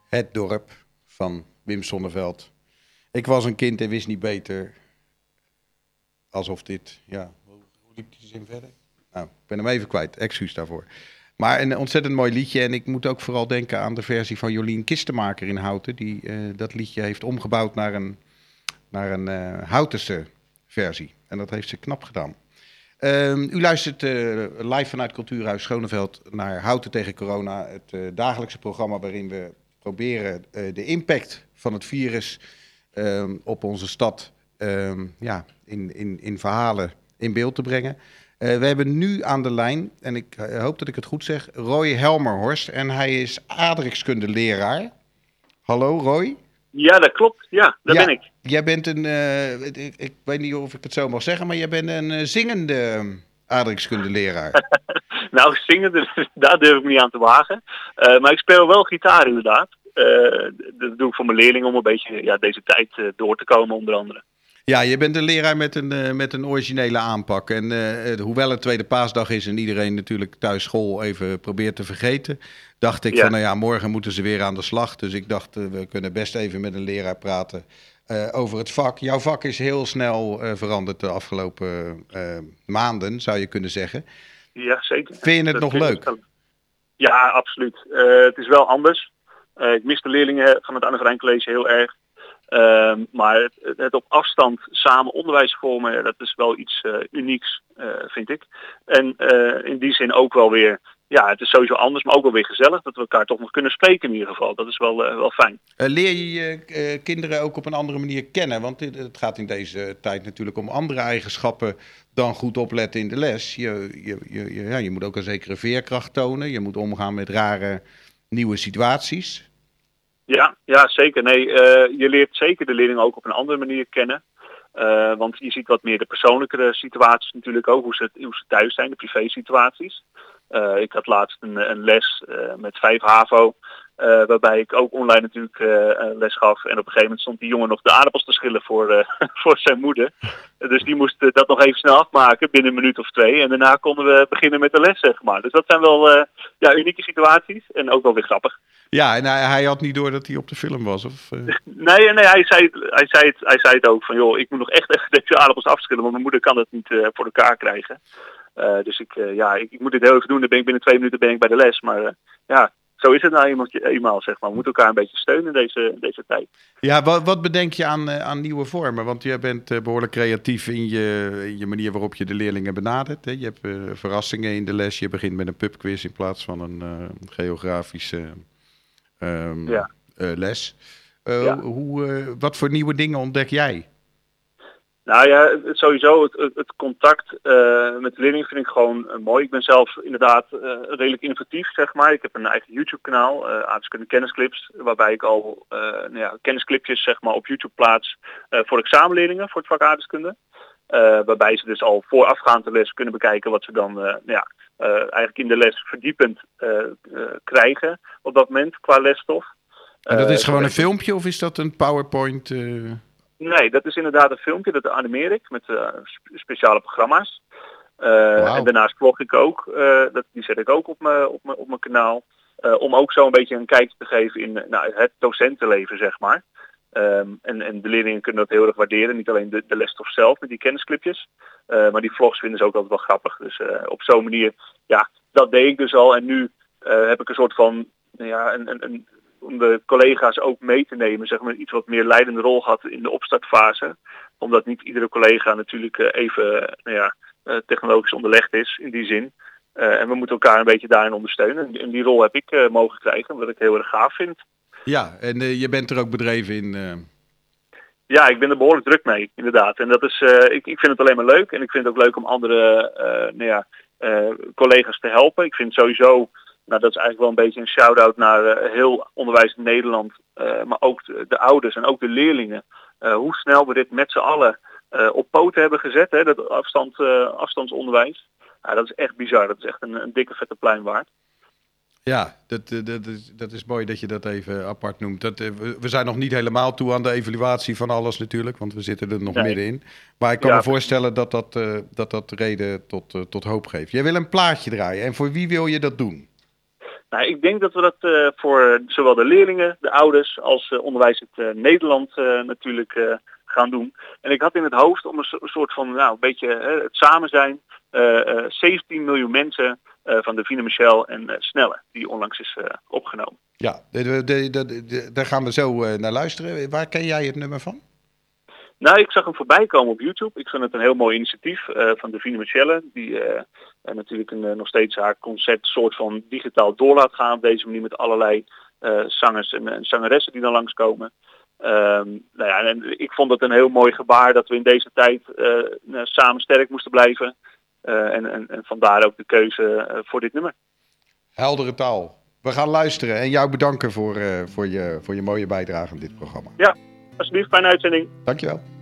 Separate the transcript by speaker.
Speaker 1: Het dorp van Wim Sonneveld. Ik was een kind en wist niet beter. Alsof dit... Ja, hoe liep die zin verder? Nou, ik ben hem even kwijt. Excuus daarvoor. Maar een ontzettend mooi liedje. En ik moet ook vooral denken aan de versie van Jolien Kistenmaker in Houten. Die dat liedje heeft omgebouwd naar een Houtense versie. En dat heeft ze knap gedaan. U luistert live vanuit Cultuurhuis Schoneveld naar Houten tegen Corona. Het dagelijkse programma waarin we proberen de impact van het virus op onze stad in verhalen in beeld te brengen. We hebben nu aan de lijn, en ik hoop dat ik het goed zeg, Roy Helmerhorst. En hij is aardrijkskundeleraar. Hallo Roy.
Speaker 2: Ja, dat klopt. Ja, daar ben ik.
Speaker 1: Jij bent ik weet niet of ik het zo mag zeggen, maar jij bent een zingende aardrijkskundeleraar.
Speaker 2: Nou, zingen, daar durf ik niet aan te wagen. Maar ik speel wel gitaar inderdaad. Dat doe ik voor mijn leerlingen om een beetje deze tijd door te komen onder andere.
Speaker 1: Ja, je bent een leraar met een originele aanpak. En hoewel het Tweede Paasdag is en iedereen natuurlijk thuis school even probeert te vergeten, dacht ik van, nou ja, morgen moeten ze weer aan de slag. Dus ik dacht, we kunnen best even met een leraar praten over het vak. Jouw vak is heel snel veranderd de afgelopen maanden, zou je kunnen zeggen.
Speaker 2: Ja, zeker.
Speaker 1: Vind je het nog leuk?
Speaker 2: Ja, absoluut. Het is wel anders. Ik mis de leerlingen van het Anne Frank College heel erg. Maar het op afstand samen onderwijs vormen, dat is wel iets unieks, vind ik. En in die zin ook wel weer, ja, het is sowieso anders, maar ook wel weer gezellig dat we elkaar toch nog kunnen spreken in ieder geval. Dat is wel fijn.
Speaker 1: Leer je je kinderen ook op een andere manier kennen? Want het gaat in deze tijd natuurlijk om andere eigenschappen dan goed opletten in de les. Je moet ook een zekere veerkracht tonen. Je moet omgaan met rare nieuwe situaties.
Speaker 2: Ja, zeker. Nee, je leert zeker de leerlingen ook op een andere manier kennen. Want je ziet wat meer de persoonlijkere situaties natuurlijk ook, hoe ze thuis zijn, de privé situaties. Ik had laatst een les met 5 HAVO, waarbij ik ook online natuurlijk les gaf. En op een gegeven moment stond die jongen nog de aardappels te schillen voor zijn moeder. Dus die moest dat nog even snel afmaken binnen een minuut of 2. En daarna konden we beginnen met de les, zeg maar. Dus dat zijn wel unieke situaties en ook wel weer grappig.
Speaker 1: Ja, en hij had niet door dat hij op de film was? Of,
Speaker 2: Nee, hij zei het ook van, joh, ik moet nog echt deze aardappels afschillen, want mijn moeder kan dat niet voor elkaar krijgen. Dus ik moet dit heel even doen, dan ben ik binnen 2 minuten bij de les. Maar zo is het nou eenmaal, zeg maar. We moeten elkaar een beetje steunen in deze tijd.
Speaker 1: Ja, wat bedenk je aan nieuwe vormen? Want jij bent behoorlijk creatief in je manier waarop je de leerlingen benadert. Hè? Je hebt verrassingen in de les. Je begint met een pubquiz in plaats van een geografische les. Wat voor nieuwe dingen ontdek jij?
Speaker 2: Nou ja, sowieso het contact met de leerlingen vind ik gewoon mooi. Ik ben zelf inderdaad redelijk innovatief, zeg maar. Ik heb een eigen YouTube-kanaal, Aardrijkskunde Kennisclips, waarbij ik al kennisclipjes zeg maar, op YouTube plaats voor examenleerlingen, voor het vak aardrijkskunde. Waarbij ze dus al voorafgaand de les kunnen bekijken wat ze dan eigenlijk in de les verdiepend krijgen op dat moment qua lesstof.
Speaker 1: En dat is gewoon een filmpje of is dat een PowerPoint?
Speaker 2: Nee, dat is inderdaad een filmpje, dat animeer ik met speciale programma's.
Speaker 1: Wow. En
Speaker 2: daarnaast vlog ik ook, die zet ik ook op mijn kanaal. Om ook zo een beetje een kijkje te geven in het docentenleven, zeg maar. En de leerlingen kunnen dat heel erg waarderen. Niet alleen de lesstof zelf met die kennisclipjes. Maar die vlogs vinden ze ook altijd wel grappig. Dus op zo'n manier, ja, dat deed ik dus al. En nu heb ik een soort van, om de collega's ook mee te nemen, zeg maar, iets wat meer leidende rol gehad in de opstartfase. Omdat niet iedere collega natuurlijk even technologisch onderlegd is in die zin. En we moeten elkaar een beetje daarin ondersteunen. En die rol heb ik mogen krijgen, wat ik heel erg gaaf vind.
Speaker 1: Ja, en je bent er ook bedreven in?
Speaker 2: Ja, ik ben er behoorlijk druk mee, inderdaad. En dat is, ik vind het alleen maar leuk. En ik vind het ook leuk om andere collega's te helpen. Ik vind sowieso, dat is eigenlijk wel een beetje een shout-out naar heel onderwijs in Nederland. Maar ook de ouders en ook de leerlingen. Hoe snel we dit met z'n allen op poten hebben gezet, hè, dat afstandsonderwijs. Dat is echt bizar. Dat is echt een dikke vette pluim waard.
Speaker 1: Ja, dat is mooi dat je dat even apart noemt. We zijn nog niet helemaal toe aan de evaluatie van alles natuurlijk, want we zitten er nog middenin. Maar ik kan me voorstellen dat reden tot hoop geeft. Jij wil een plaatje draaien. En voor wie wil je dat doen?
Speaker 2: Nou, ik denk dat we dat voor zowel de leerlingen, de ouders als Onderwijs het Nederland natuurlijk gaan doen. En ik had in het hoofd om een soort van, een beetje het samen zijn. 17 miljoen mensen van Davina Michel en Snelle, die onlangs is opgenomen.
Speaker 1: Ja, daar gaan we zo naar luisteren. Waar ken jij het nummer van?
Speaker 2: Nou, ik zag hem voorbij komen op YouTube. Ik vind het een heel mooi initiatief van Davina Michelle. Die natuurlijk nog steeds haar concert soort van digitaal door laat gaan. Op deze manier met allerlei zangers en zangeressen die dan langskomen. En ik vond het een heel mooi gebaar dat we in deze tijd samen sterk moesten blijven. En vandaar ook de keuze voor dit nummer.
Speaker 1: Heldere taal. We gaan luisteren en jou bedanken voor je mooie bijdrage aan dit programma.
Speaker 2: Ja, alsjeblieft, fijne uitzending.
Speaker 1: Dankjewel.